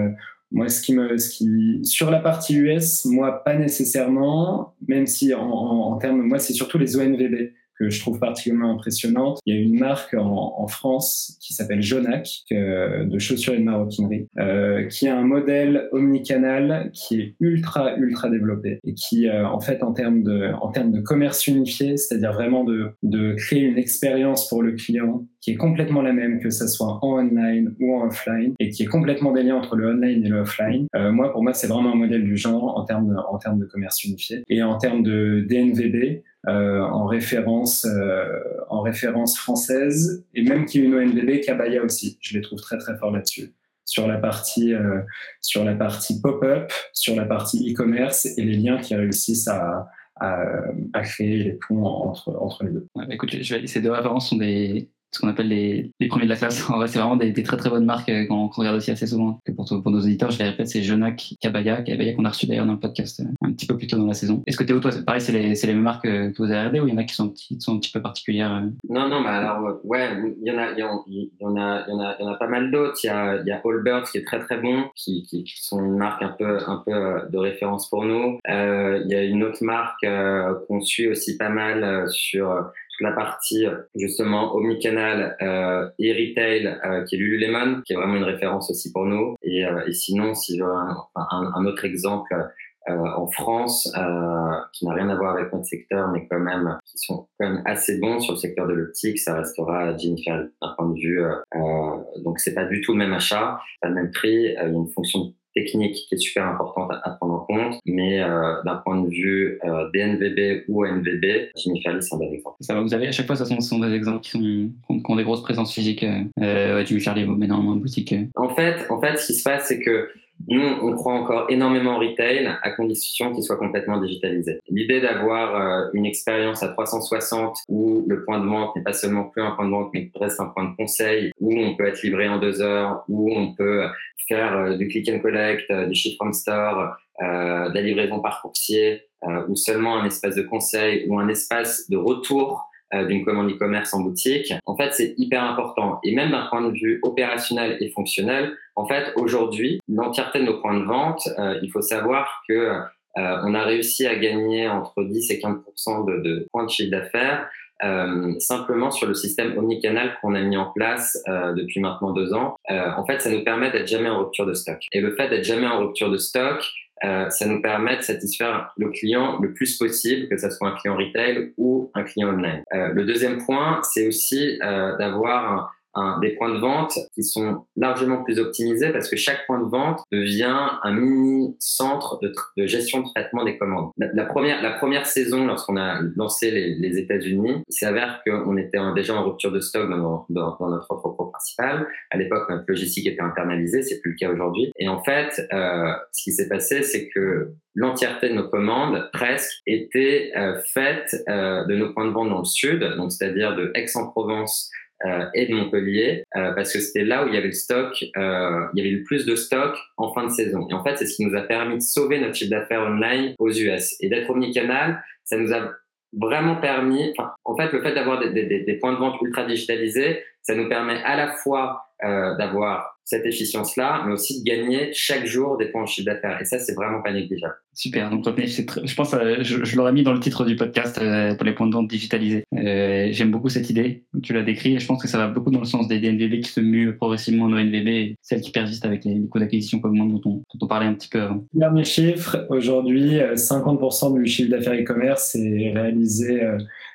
Moi, ce qui me, ce qui, sur la partie U S, moi, pas nécessairement, même si en, en, en termes, moi, c'est surtout les O N V B que je trouve particulièrement impressionnantes. Il y a une marque en, en France qui s'appelle Jonac, euh, de chaussures et de maroquinerie, euh, qui a un modèle omnicanal qui est ultra, ultra développé et qui, euh, en fait, en termes de, en termes de commerce unifié, c'est-à-dire vraiment de, de créer une expérience pour le client qui est complètement la même, que ça soit en online ou en offline, et qui est complètement délié entre le online et le offline. Euh, moi, pour moi, c'est vraiment un modèle du genre en termes de, en termes de commerce unifié. Et en termes de D N V B, euh, en référence, euh, en référence française, et même qui est une O N V B, Kabaya aussi. Je les trouve très très forts là-dessus. Sur la partie, euh, sur la partie pop-up, sur la partie e-commerce et les liens qui réussissent à, à, à créer les ponts entre, entre les deux. Ouais, bah écoute, je vais, ces deux références sont des, ce qu'on appelle les, les premiers de la classe. En vrai, c'est vraiment des, des très très bonnes marques euh, qu'on, qu'on regarde aussi assez souvent. Que pour, pour nos auditeurs, je les répète, c'est Jonac, Kabaya, Kabaya qu'on a reçu d'ailleurs dans le podcast euh, un petit peu plus tôt dans la saison. Est-ce que Théo, toi, c'est pareil, c'est les, c'est les mêmes marques euh, que vous avez regardées ou il y en a qui sont, qui sont un petit peu particulières euh... Non, non, mais alors, ouais, il y en a, il y en, il y en a, il y en a, il y en a pas mal d'autres. Il y a, il y a Allbirds qui est très très bon, qui, qui, qui sont une marque un peu, un peu de référence pour nous. Euh, il y a une autre marque euh, qu'on suit aussi pas mal euh, sur la partie justement omnicanal euh, et retail euh, qui est Lululemon, qui est vraiment une référence aussi pour nous. Et, euh, et sinon, si je veux un, un, un autre exemple euh, en France euh, qui n'a rien à voir avec notre secteur, mais quand même qui sont quand même assez bons sur le secteur de l'optique, ça restera Jennifer d'un point de vue. Euh, euh, donc c'est pas du tout le même achat, pas le même prix. Euh, il y a une fonction technique qui est super importante à, à prendre en compte, mais euh, d'un point de vue euh, D N V B ou O N V B, Jimmy Fairly, c'est un bel exemple. Ça va, vous avez à chaque fois, ce sont, ce sont des exemples qui, sont, qui ont des grosses présences physiques. Euh, ouais, Jimmy Fairly, mais normalement en boutique. En fait, en fait, ce qui se passe, c'est que nous, on croit encore énormément en retail à condition qu'il soit complètement digitalisé. L'idée d'avoir euh, une expérience à trois cent soixante où le point de vente n'est pas seulement plus un point de vente, mais reste un point de conseil, où on peut être livré en deux heures, où on peut faire euh, du click and collect, euh, du ship from store, euh, de la livraison par coursier, euh, ou seulement un espace de conseil ou un espace de retour euh, d'une commande e-commerce en boutique. En fait, c'est hyper important. Et même d'un point de vue opérationnel et fonctionnel, en fait, aujourd'hui, l'entièreté de nos points de vente, euh, il faut savoir que euh, on a réussi à gagner entre dix et quinze pour cent de, de points de chiffre d'affaires Euh, simplement sur le système omnicanal qu'on a mis en place euh, depuis maintenant deux ans. Euh, en fait, ça nous permet d'être jamais en rupture de stock. Et le fait d'être jamais en rupture de stock, euh, ça nous permet de satisfaire le client le plus possible, que ça soit un client retail ou un client online. Euh, le deuxième point, c'est aussi euh, d'avoir un Un, des points de vente qui sont largement plus optimisés parce que chaque point de vente devient un mini centre de, de gestion de traitement des commandes. La, la première, la première saison, lorsqu'on a lancé les, les États-Unis, il s'avère qu'on était déjà en rupture de stock dans, dans, dans notre entrepôt principal. À l'époque, notre logistique était internalisée, c'est plus le cas aujourd'hui. Et en fait, euh, ce qui s'est passé, c'est que l'entièreté de nos commandes, presque, étaient euh, faites euh, de nos points de vente dans le sud, donc c'est-à-dire de Aix-en-Provence Euh, et de Montpellier, euh, parce que c'était là où il y avait le stock, euh, il y avait le plus de stock en fin de saison. Et en fait, c'est ce qui nous a permis de sauver notre chiffre d'affaires online aux U S. Et d'être omnicanal, ça nous a vraiment permis, enfin, en fait, le fait d'avoir des, des, des points de vente ultra digitalisés, ça nous permet à la fois euh, d'avoir cette efficience-là, mais aussi de gagner chaque jour des points en chiffre d'affaires. Et ça, c'est vraiment pas négligeable. Super. Donc, c'est très, je pense, euh, je, je l'aurais mis dans le titre du podcast euh, pour les points de vente digitalisés. Euh, j'aime beaucoup cette idée. Tu l'as décrit et je pense que ça va beaucoup dans le sens des D N V B qui se muent progressivement en O N V B, et celles qui persistent avec les, les coûts d'acquisition comme dont on, dont on parlait un petit peu avant. Dernier chiffre, aujourd'hui, cinquante pour cent du chiffre d'affaires e-commerce est réalisé euh,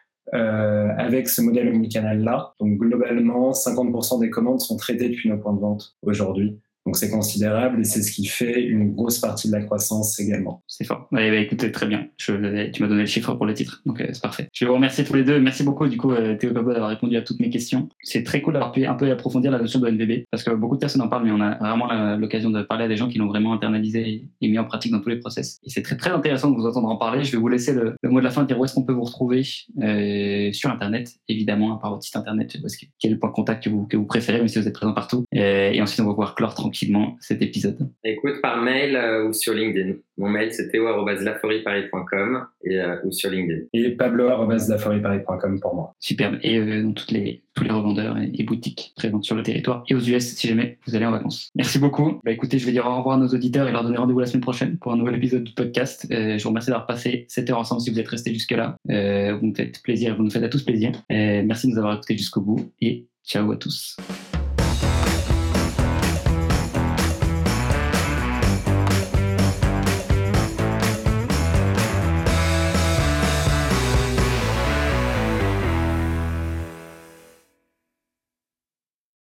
Euh, avec ce modèle omnicanal-là. Donc globalement, cinquante pour cent des commandes sont traitées depuis nos points de vente aujourd'hui. Donc c'est considérable et c'est ce qui fait une grosse partie de la croissance également. C'est fort. Ouais, bah, écoutez, très bien. Je, tu m'as donné le chiffre pour le titre, donc euh, c'est parfait. Je vais vous remercier tous les deux. Merci beaucoup du coup euh, Théo Pablo d'avoir répondu à toutes mes questions. C'est très cool d'avoir pu un peu approfondir la notion de O N V B parce que beaucoup de personnes en parlent, mais on a vraiment la, l'occasion de parler à des gens qui l'ont vraiment internalisé et, et mis en pratique dans tous les process. Et c'est très très intéressant de vous entendre en parler. Je vais vous laisser le, le mot de la fin, dire où est-ce qu'on peut vous retrouver euh, sur Internet, évidemment, à part votre site Internet, quel est le point de contact que vous, que vous préférez, même si vous êtes présent partout. Et, et ensuite, on va pouvoir clore tranquille rapidement cet épisode? Écoute, par mail euh, ou sur LinkedIn. Mon mail, c'est théo arobase laforiparis point com et, euh, ou sur LinkedIn. Et pablo arobase laforiparis point com pour moi. Superbe. Et euh, dans toutes les, tous les revendeurs et, et boutiques présentes sur le territoire et aux U S si jamais vous allez en vacances. Merci beaucoup. Bah, écoutez, je vais dire au revoir à nos auditeurs et leur donner rendez-vous la semaine prochaine pour un nouvel épisode du podcast. Euh, je vous remercie d'avoir passé cette heure ensemble si vous êtes restés jusque-là. Euh, vous me faites plaisir, vous nous faites à tous plaisir. Euh, merci de nous avoir écoutés jusqu'au bout et ciao à tous.